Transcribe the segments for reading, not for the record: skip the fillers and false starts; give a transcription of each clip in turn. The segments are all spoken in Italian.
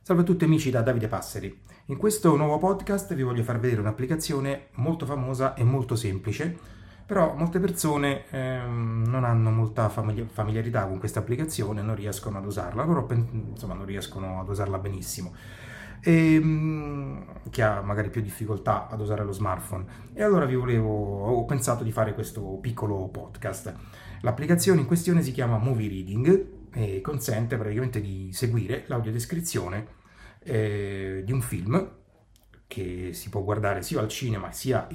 Salve a tutti amici da Davide Passeri. In questo nuovo podcast vi voglio far vedere un'applicazione molto famosa e molto semplice, però molte persone non hanno molta familiarità con questa applicazione, non riescono ad usarla, loro non riescono ad usarla benissimo. Chi ha magari più difficoltà ad usare lo smartphone. E allora ho pensato di fare questo piccolo podcast. L'applicazione in questione si chiama Movie Reading e consente praticamente di seguire l'audiodescrizione di un film che si può guardare sia al cinema sia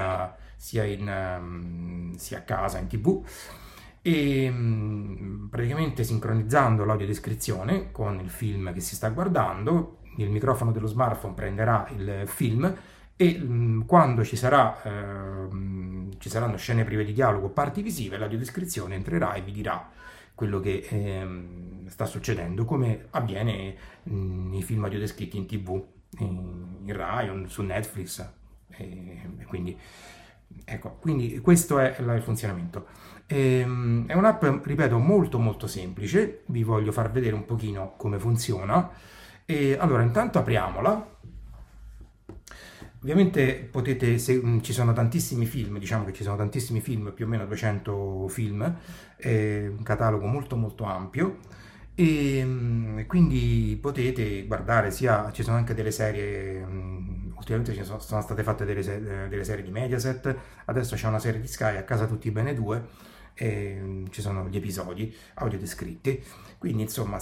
a casa, in TV, e praticamente sincronizzando l'audiodescrizione con il film che si sta guardando, il microfono dello smartphone prenderà il film e quando ci saranno scene prive di dialogo o parti visive, l'audiodescrizione entrerà e vi dirà quello che sta succedendo, come avviene nei film audiodescritti in TV, in Rai, su Netflix. Quindi questo è il funzionamento. È un'app, ripeto, molto molto semplice. Vi voglio far vedere un pochino come funziona. Allora, intanto apriamola. Ovviamente ci sono tantissimi film, diciamo che ci sono tantissimi film, più o meno 200 film, un catalogo molto molto ampio, e quindi potete guardare ci sono anche delle serie, ultimamente sono state fatte delle serie di Mediaset, adesso c'è una serie di Sky, A casa tutti bene 2, ci sono gli episodi audiodescritti, quindi insomma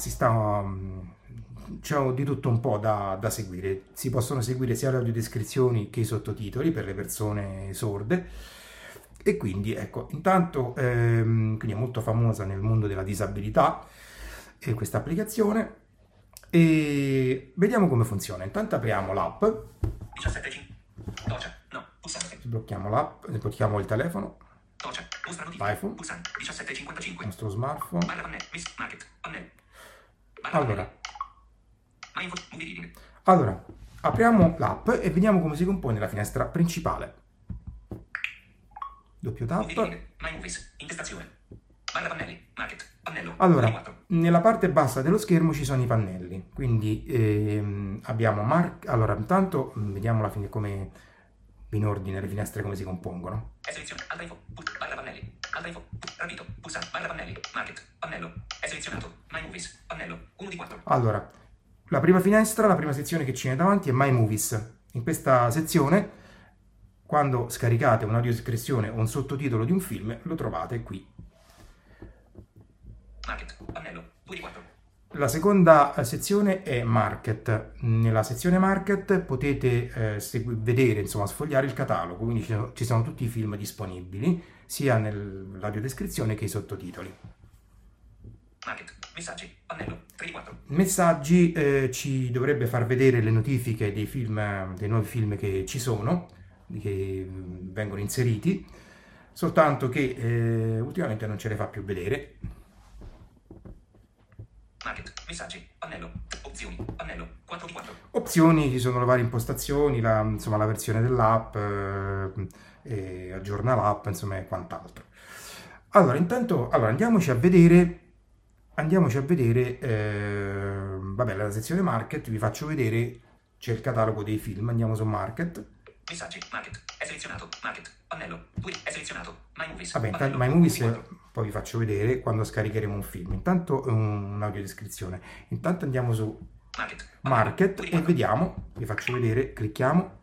c'è di tutto un po' da seguire. Si possono seguire sia le audiodescrizioni che i sottotitoli per le persone sorde, e quindi ecco, intanto quindi è molto famosa nel mondo della disabilità questa applicazione, e vediamo come funziona. Intanto apriamo l'app, sblocchiamo l'app, sblocchiamo il telefono, l'iPhone, il nostro smartphone. Allora, apriamo l'app e vediamo come si compone la finestra principale. Doppio tap. Allora, nella parte bassa dello schermo ci sono i pannelli, quindi abbiamo allora, intanto vediamo come in ordine le finestre come si compongono. Allora, la prima finestra, la prima sezione che ci viene davanti è My Movies. In questa sezione, quando scaricate un'audiodescrizione o un sottotitolo di un film, lo trovate qui. La seconda sezione è Market. Nella sezione Market potete vedere, insomma, sfogliare il catalogo, quindi ci sono tutti i film disponibili, sia nell'audiodescrizione che i sottotitoli. Messaggi, pannello, 3 di 4. Messaggi ci dovrebbe far vedere le notifiche dei nuovi film che ci sono, che vengono inseriti, soltanto che ultimamente non ce le fa più vedere. Messaggi, pannello, opzioni, pannello, 4 di 4. Opzioni, ci sono le varie impostazioni, la versione dell'app, aggiorna l'app, insomma, e quant'altro. Allora, intanto, andiamoci a vedere, vabbè, la sezione Market, vi faccio vedere, c'è il catalogo dei film, andiamo su Market. Messaggi, Market, è selezionato, Market, pannello, 2, è selezionato, My Movies. Vabbè, pannello, My Movies, poi vi faccio vedere quando scaricheremo un film. Intanto un'audiodescrizione. Intanto andiamo su Market e vediamo, vi faccio vedere, clicchiamo.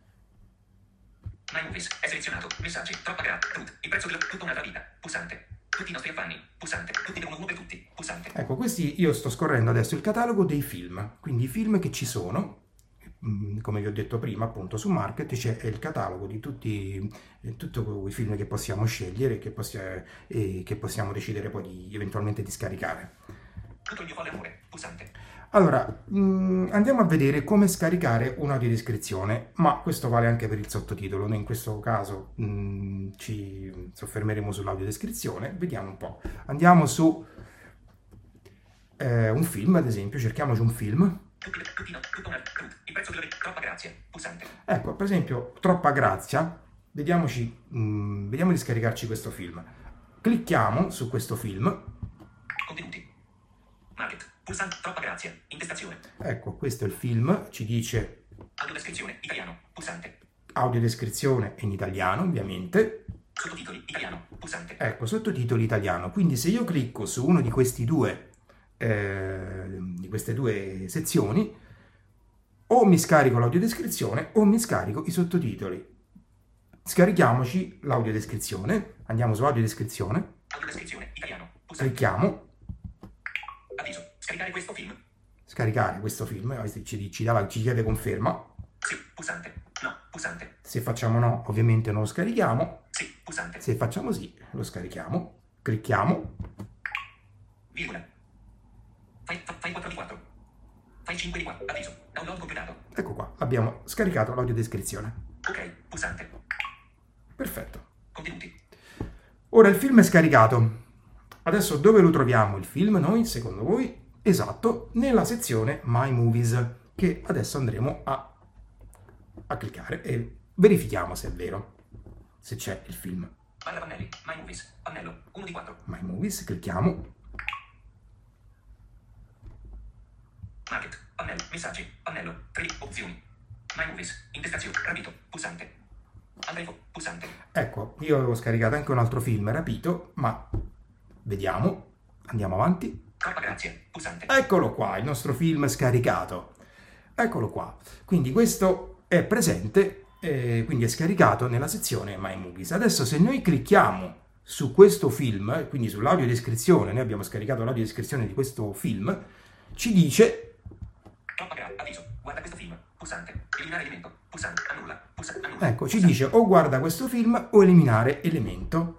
My Movies, è selezionato, messaggi, troppa il prezzo di tutta un'altra vita, pulsante. Tutti i nostri affanni, pulsante, tutti devono uno per tutti, pulsante. Ecco, io sto scorrendo adesso il catalogo dei film, quindi i film che ci sono, come vi ho detto prima, appunto su Market c'è il catalogo di tutti i film che possiamo scegliere e che possiamo decidere poi eventualmente di scaricare. Tutto il mio folle amore, pulsante. Allora, andiamo a vedere come scaricare un'audiodescrizione, ma questo vale anche per il sottotitolo. Noi in questo caso ci soffermeremo sull'audiodescrizione. Vediamo un po'. Andiamo su un film, ad esempio, cerchiamoci un film. Ecco, per esempio, Troppa grazia. Vediamo di scaricarci questo film. Clicchiamo su questo film. Contenuti. Market. Pulsante, troppa grazia, intestazione. Ecco, questo è il film, ci dice audiodescrizione, italiano, pulsante. Audiodescrizione in italiano, ovviamente. Sottotitoli, italiano, pulsante. Ecco, sottotitoli italiano. Quindi se io clicco su uno di questi di queste due sezioni, o mi scarico l'audiodescrizione o mi scarico i sottotitoli. Scarichiamoci l'audiodescrizione, andiamo su audiodescrizione, audiodescrizione, italiano, pulsante. clicchiamo, avviso, scaricare questo film, ci chiede conferma. Sì, pulsante, no, pulsante. Se facciamo no, ovviamente non lo scarichiamo. Sì, pulsante. Se facciamo sì, lo scarichiamo, clicchiamo. Virgola. Fai 4 di 4. Fai 5 di 4. Avviso. Download completato. Ecco qua, abbiamo scaricato l'audiodescrizione. Ok, pulsante. Perfetto. Contenuti. Ora il film è scaricato. Adesso dove lo troviamo il film noi, secondo voi? Esatto, nella sezione My Movies, che adesso andremo a cliccare e verifichiamo se è vero, se c'è il film. Barra pannelli, My Movies, pannello, 1 di 4. My Movies, clicchiamo. Market, pannello, messaggi, pannello, 3 opzioni. My Movies, intestazione, rapito, pulsante. Andrefo, pulsante. Ecco, io avevo scaricato anche un altro film, Rapito, ma vediamo, andiamo avanti. Troppa grazia, pulsante. Eccolo qua, il nostro film scaricato. Eccolo qua. Quindi questo è presente, quindi è scaricato nella sezione My Movies. Adesso se noi clicchiamo su questo film, quindi sull'audiodescrizione, noi abbiamo scaricato l'audiodescrizione di questo film, ci dice... avviso, guarda questo film, pulsante, eliminare elemento, pulsante, annulla, annulla. Ecco, ci dice o guarda questo film o eliminare elemento.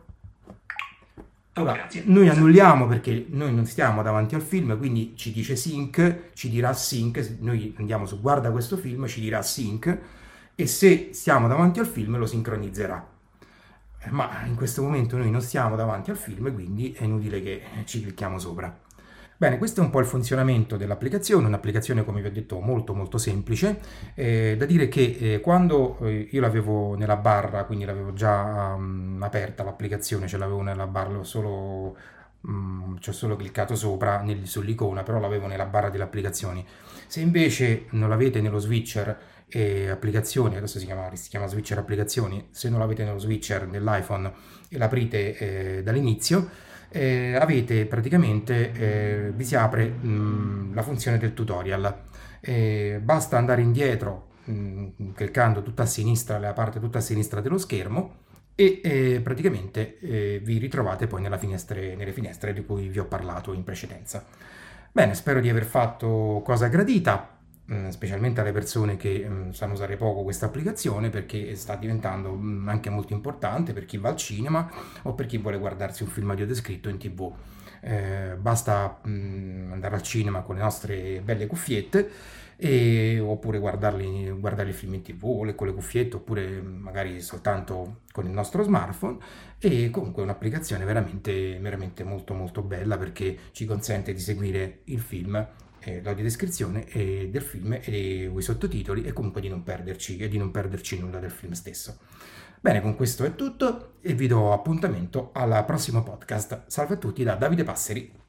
Ora, noi annulliamo perché noi non stiamo davanti al film, quindi ci dice sync, ci dirà sync, noi andiamo su guarda questo film, ci dirà sync, e se stiamo davanti al film lo sincronizzerà. Ma in questo momento noi non stiamo davanti al film, quindi è inutile che ci clicchiamo sopra. Bene, questo è un po' il funzionamento dell'applicazione, un'applicazione come vi ho detto molto molto semplice, da dire che quando io l'avevo nella barra, quindi l'avevo già aperta l'applicazione, ce l'avevo nella barra, ci ho solo cliccato sopra sull'icona, però l'avevo nella barra delle applicazioni. Se invece non l'avete nello switcher applicazioni, adesso si chiama switcher applicazioni, se non l'avete nello switcher dell'iPhone e l'aprite dall'inizio, avete praticamente vi si apre la funzione del tutorial. Basta andare indietro cliccando tutta a sinistra, la parte tutta a sinistra dello schermo, e praticamente vi ritrovate poi nelle finestre di cui vi ho parlato in precedenza. Bene, spero di aver fatto cosa gradita, specialmente alle persone che sanno usare poco questa applicazione, perché sta diventando anche molto importante per chi va al cinema o per chi vuole guardarsi un film audiodescritto in TV. Basta andare al cinema con le nostre belle cuffiette oppure guardare il film in TV con le cuffiette, oppure magari soltanto con il nostro smartphone, e comunque è un'applicazione veramente, veramente molto molto bella, perché ci consente di seguire il film, l'audiodescrizione del film e i sottotitoli, e comunque di non perderci nulla del film stesso. Bene, con questo è tutto e vi do appuntamento al prossimo podcast. Salve a tutti da Davide Passeri.